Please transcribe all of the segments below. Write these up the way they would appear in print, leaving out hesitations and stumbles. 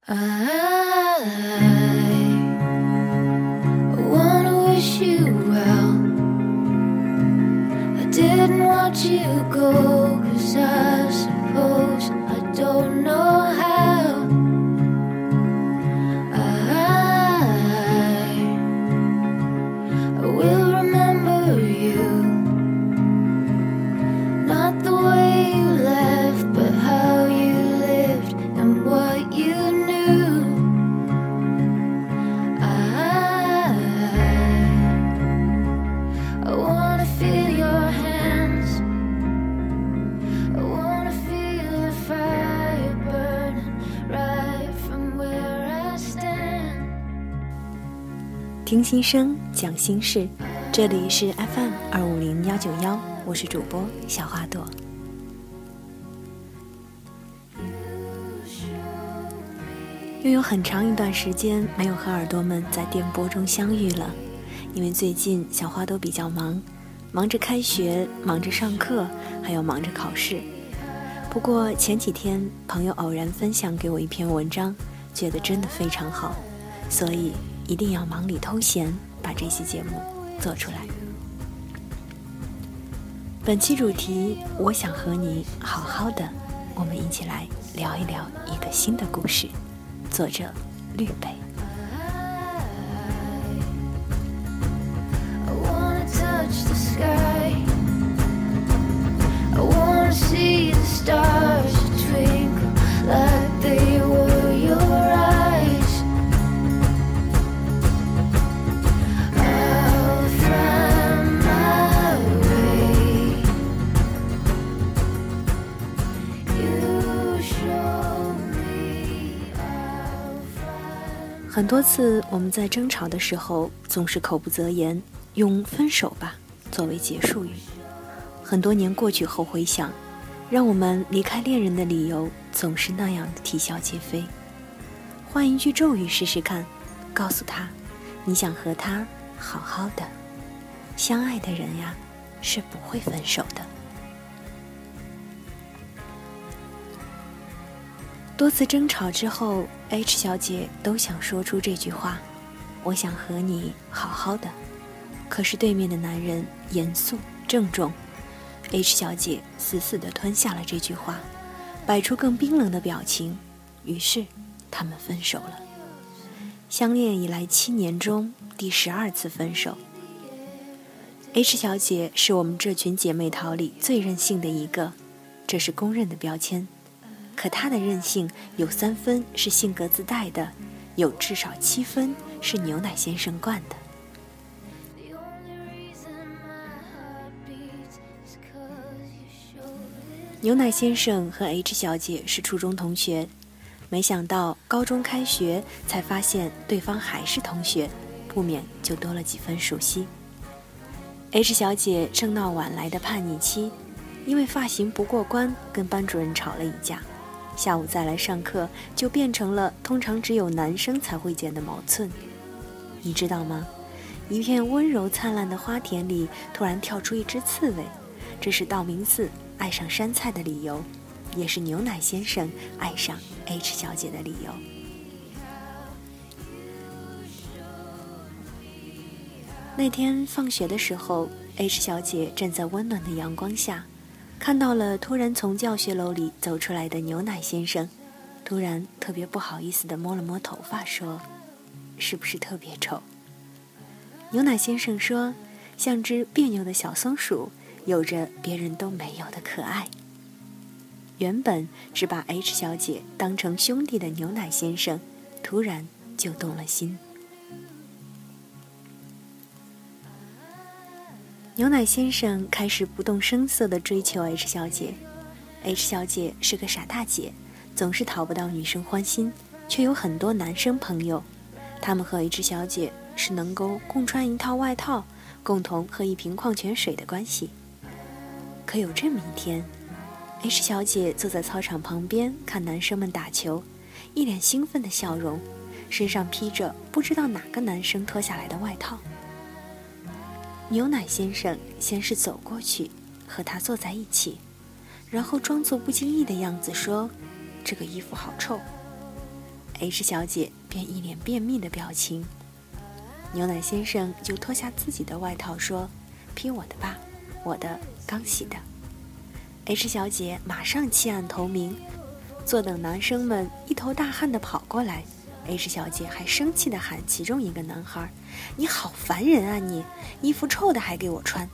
I wanna wish you well. I didn't want you to go, 'cause I suppose I don't know how. I will remember you, not the way you left, but how you lived and what you knew. I wanna feel your hands, I wanna feel the fire burning right from where I stand. 听心声，讲心事，这里是 FM250191，我是主播小花朵。又有很长一段时间没有和耳朵们在电波中相遇了，因为最近小花都比较忙着开学，忙着上课，还有忙着考试。不过前几天朋友偶然分享给我一篇文章，觉得真的非常好，所以一定要忙里偷闲把这期节目做出来。本期主题，我想和你好好的，我们一起来聊一聊一个新的故事。作者绿北。 I wanna touch the sky, I wanna see the stars twinkle like they were your eyes. I'll find my way, you show me I'll find. 很多次我们在争吵的时候总是口不择言，用分手吧作为结束语。很多年过去后回想，让我们离开恋人的理由总是那样的啼笑皆非。换一句咒语试试看，告诉他你想和他好好的。相爱的人呀，是不会分手的。多次争吵之后， H 小姐都想说出这句话，我想和你好好的。可是对面的男人严肃郑重， H 小姐死死地吞下了这句话，摆出更冰冷的表情，于是他们分手了。相恋以来7年中第12次分手。 H 小姐是我们这群姐妹淘里最任性的一个，这是公认的标签。可她的任性有3分是性格自带的，有至少7分是牛奶先生惯的。 The only reason my heart beats is 'cause you showed it. 牛奶先生和 H 小姐是初中同学，没想到高中开学才发现对方还是同学，不免就多了几分熟悉。H 小姐正闹晚来的叛逆期，因为发型不过关跟班主任吵了一架，下午再来上课就变成了通常只有男生才会见的毛寸。你知道吗？一片温柔灿烂的花田里突然跳出一只刺猬，这是道明寺爱上山菜的理由，也是牛奶先生爱上 H 小姐的理由。那天放学的时候， H 小姐站在温暖的阳光下，看到了突然从教学楼里走出来的牛奶先生，突然特别不好意思地摸了摸头发，说：是不是特别丑？牛奶先生说，像只别扭的小松鼠，有着别人都没有的可爱。原本只把 H 小姐当成兄弟的牛奶先生，突然就动了心。牛奶先生开始不动声色地追求 H 小姐。H 小姐是个傻大姐，总是讨不到女生欢心，却有很多男生朋友。他们和 H 小姐是能够共穿一套外套，共同喝一瓶矿泉水的关系。可有这么一天， H 小姐坐在操场旁边看男生们打球，一脸兴奋的笑容，身上披着不知道哪个男生脱下来的外套。牛奶先生先是走过去和她坐在一起，然后装作不经意的样子说：这个衣服好臭。 H 小姐便一脸便秘的表情。牛奶先生就脱下自己的外套说：“披我的吧，我的刚洗的。” H 小姐马上弃暗投明，坐等男生们一头大汗的跑过来。H 小姐还生气地喊其中一个男孩：“你好烦人啊你！衣服臭的还给我穿。”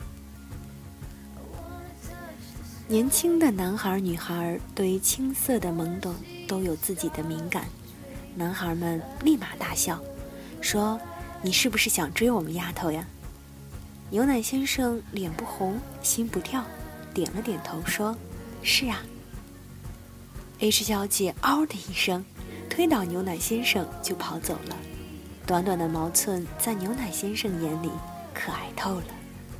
年轻的男孩女孩对于青涩的懵懂都有自己的敏感，男孩们立马大笑，说：“你是不是想追我们丫头呀？”牛奶先生脸不红心不跳，点了点头说：“是啊。” H 小姐嗷的一声推倒牛奶先生就跑走了。短短的毛寸在牛奶先生眼里可爱透了。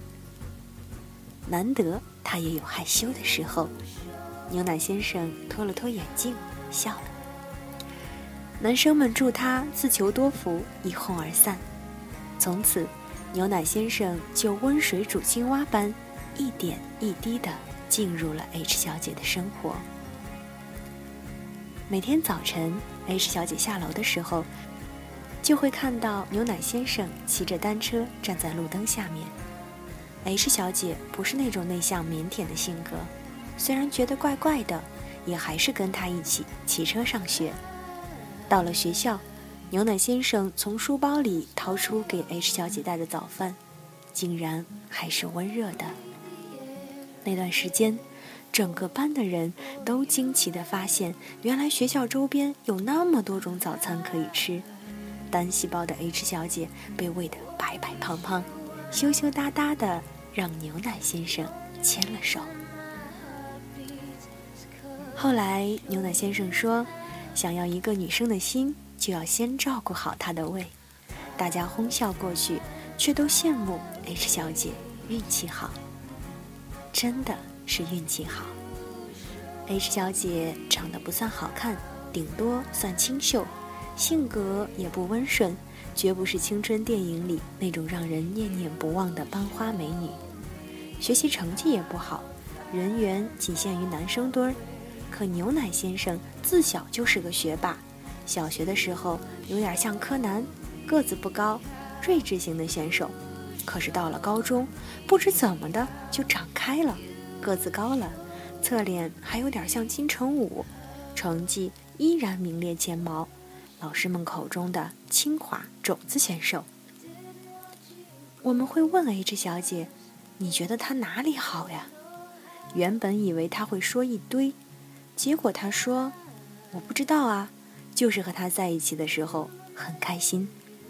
难得他也有害羞的时候。牛奶先生脱了脱眼镜笑了。男生们祝他自求多福，一哄而散。从此牛奶先生就温水煮青蛙般一点一滴地进入了 H 小姐的生活。每天早晨 H 小姐下楼的时候，就会看到牛奶先生骑着单车站在路灯下面。H 小姐不是那种内向腼腆的性格，虽然觉得怪怪的，也还是跟他一起骑车上学。到了学校，牛奶先生从书包里掏出给 H 小姐带的早饭，竟然还是温热的。那段时间，整个班的人都惊奇地发现，原来学校周边有那么多种早餐可以吃。单细胞的 H 小姐被喂得白白胖胖，羞羞答答的让牛奶先生牵了手。后来牛奶先生说，想要一个女生的心，就要先照顾好她的胃。大家哄笑过去，却都羡慕 H 小姐运气好。真的是运气好。H 小姐长得不算好看，顶多算清秀，性格也不温顺，绝不是青春电影里那种让人念念不忘的班花美女。学习成绩也不好，人缘仅限于男生堆儿。可牛奶先生自小就是个学霸，小学的时候有点像柯南，个子不高，睿智型的选手。可是到了高中，不知怎么的就长开了，个子高了，侧脸还有点像金城武，成绩依然名列前茅，老师们口中的清华种子选手。我们会问 H 小姐，你觉得他哪里好呀？原本以为他会说一堆，结果他说，我不知道啊，就是和他在一起的时候很开心。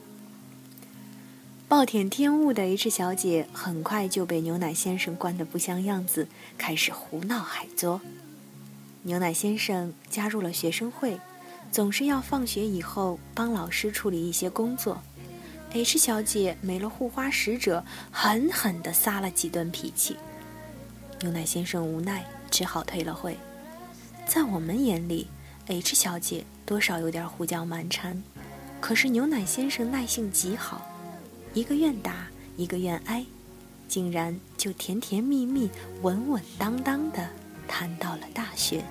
暴殄天物的 H 小姐很快就被牛奶先生惯得不像样子，开始胡闹海作。牛奶先生加入了学生会，总是要放学以后帮老师处理一些工作。H 小姐没了护花使者，狠狠地撒了几顿脾气。牛奶先生无奈，只好退了会。在我们眼里 ，H 小姐多少有点胡搅蛮缠，可是牛奶先生耐性极好，一个愿打，一个愿挨，竟然就甜甜蜜蜜、稳稳当当地谈到了大学。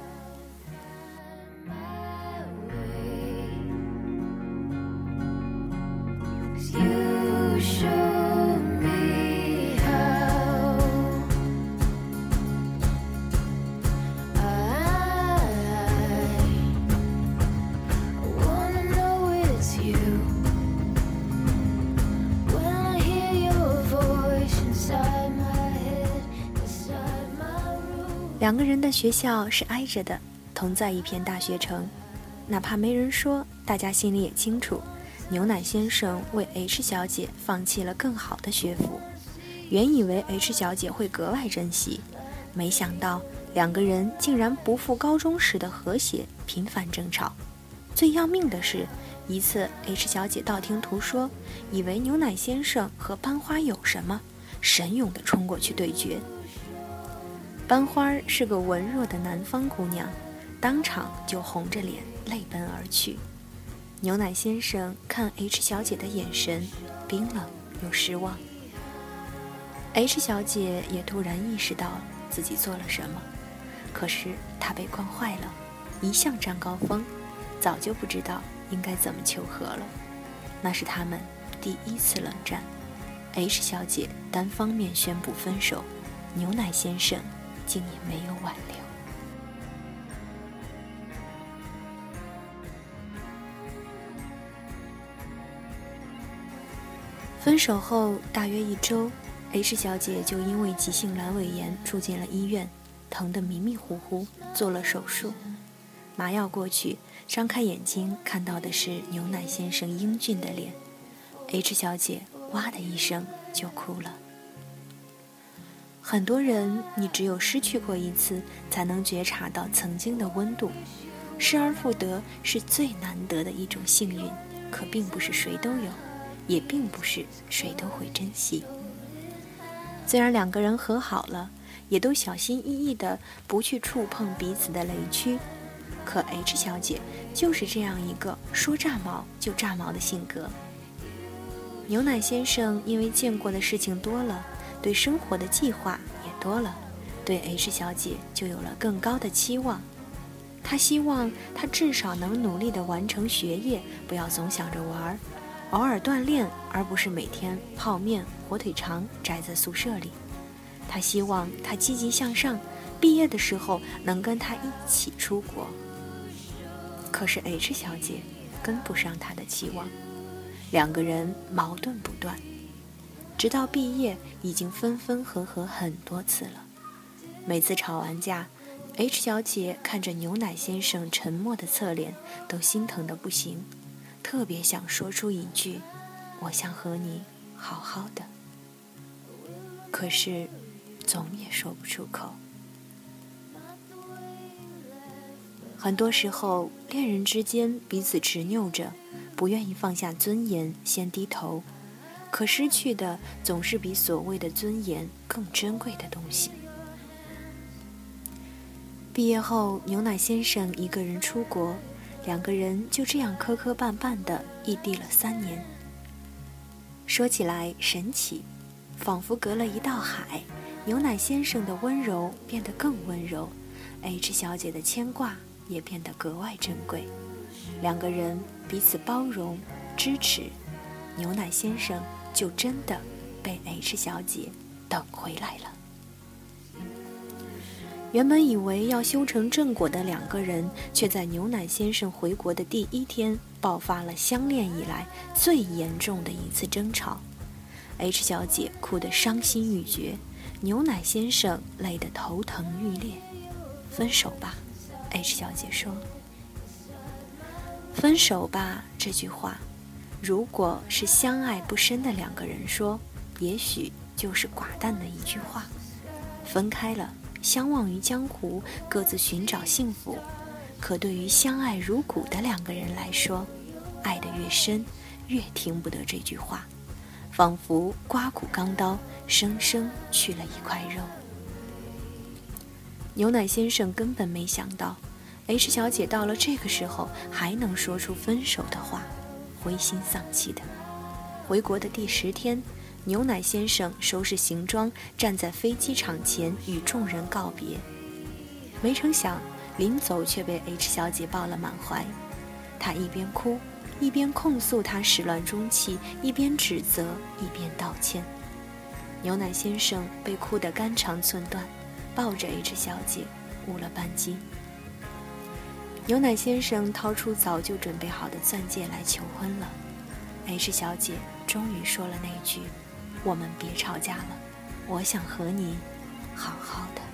两个人的学校是挨着的，同在一片大学城。哪怕没人说，大家心里也清楚，牛奶先生为 H 小姐放弃了更好的学府。原以为 H 小姐会格外珍惜，没想到两个人竟然不复高中时的和谐，频繁争吵。最要命的是，一次 H 小姐道听途说，以为牛奶先生和班花有什么，神勇地冲过去对决。班花是个文弱的南方姑娘，当场就红着脸泪奔而去。牛奶先生看 H 小姐的眼神冰冷又失望。H 小姐也突然意识到自己做了什么，可是她被惯坏了，一向占高峰，早就不知道应该怎么求和了。那是他们第一次冷战。H 小姐单方面宣布分手，牛奶先生竟也没有挽留。分手后大约1周，H 小姐就因为急性阑尾炎住进了医院，疼得迷迷糊糊，做了手术。麻药过去，张开眼睛看到的是牛奶先生英俊的脸。H 小姐哇的一声就哭了。很多人，你只有失去过一次，才能觉察到曾经的温度。失而复得是最难得的一种幸运，可并不是谁都有，也并不是谁都会珍惜。虽然2个人和好了，也都小心翼翼地不去触碰彼此的雷区，可 H 小姐就是这样一个说炸毛就炸毛的性格。牛奶先生因为见过的事情多了，对生活的计划也多了，对 H 小姐就有了更高的期望。他希望她至少能努力地完成学业，不要总想着玩，偶尔锻炼，而不是每天泡面、火腿肠宅在宿舍里。他希望她积极向上，毕业的时候能跟他一起出国。可是 H 小姐跟不上他的期望，2个人矛盾不断，直到毕业已经分分合合很多次了。每次吵完架， H 小姐看着牛奶先生沉默的侧脸，都心疼得不行，特别想说出一句我想和你好好的，可是总也说不出口。很多时候，恋人之间彼此执拗着，不愿意放下尊严，先低头，可失去的总是比所谓的尊严更珍贵的东西。毕业后，牛奶先生一个人出国，2个人就这样磕磕绊绊地异地了3年。说起来神奇，仿佛隔了一道海，牛奶先生的温柔变得更温柔， H 小姐的牵挂也变得格外珍贵。2个人彼此包容支持，牛奶先生就真的被 H 小姐等回来了。原本以为要修成正果的2个人，却在牛奶先生回国的第1天爆发了相恋以来最严重的一次争吵。 H 小姐哭得伤心欲绝，牛奶先生累得头疼欲裂。分手吧，H 小姐说。分手吧这句话，如果是相爱不深的2个人说，也许就是寡淡的一句话。分开了，相忘于江湖，各自寻找幸福。可对于相爱如骨的2个人来说，爱得越深，越听不得这句话，仿佛刮骨钢刀，生生去了一块肉。牛奶先生根本没想到 H 小姐到了这个时候还能说出分手的话，灰心丧气的。回国的第10天，牛奶先生收拾行装，站在飞机场前与众人告别。没成想临走却被 H 小姐抱了满怀，她一边哭一边控诉她始乱终弃，一边指责一边道歉。牛奶先生被哭得肝肠寸断，抱着 H 小姐误了班机。牛奶先生掏出早就准备好的钻戒来求婚了。H 小姐终于说了那句我们别吵架了，我想和你好好的。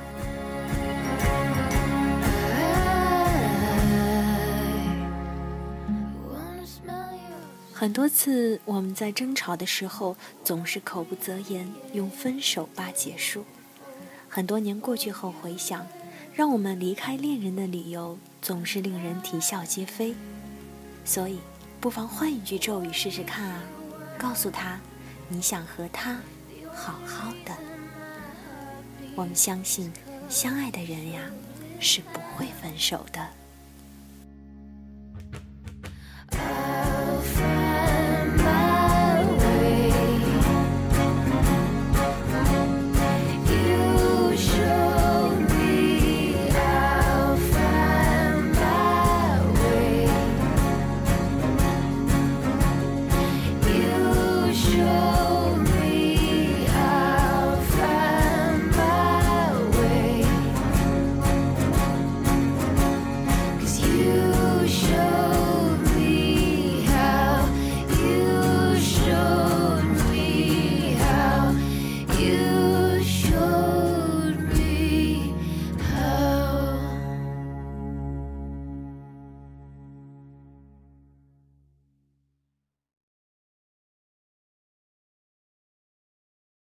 很多次我们在争吵的时候总是口不择言，用分手吧结束。很多年过去后回想，让我们离开恋人的理由总是令人啼笑皆非。所以不妨换一句咒语试试看啊，告诉他你想和他好好的。我们相信相爱的人呀是不会分手的。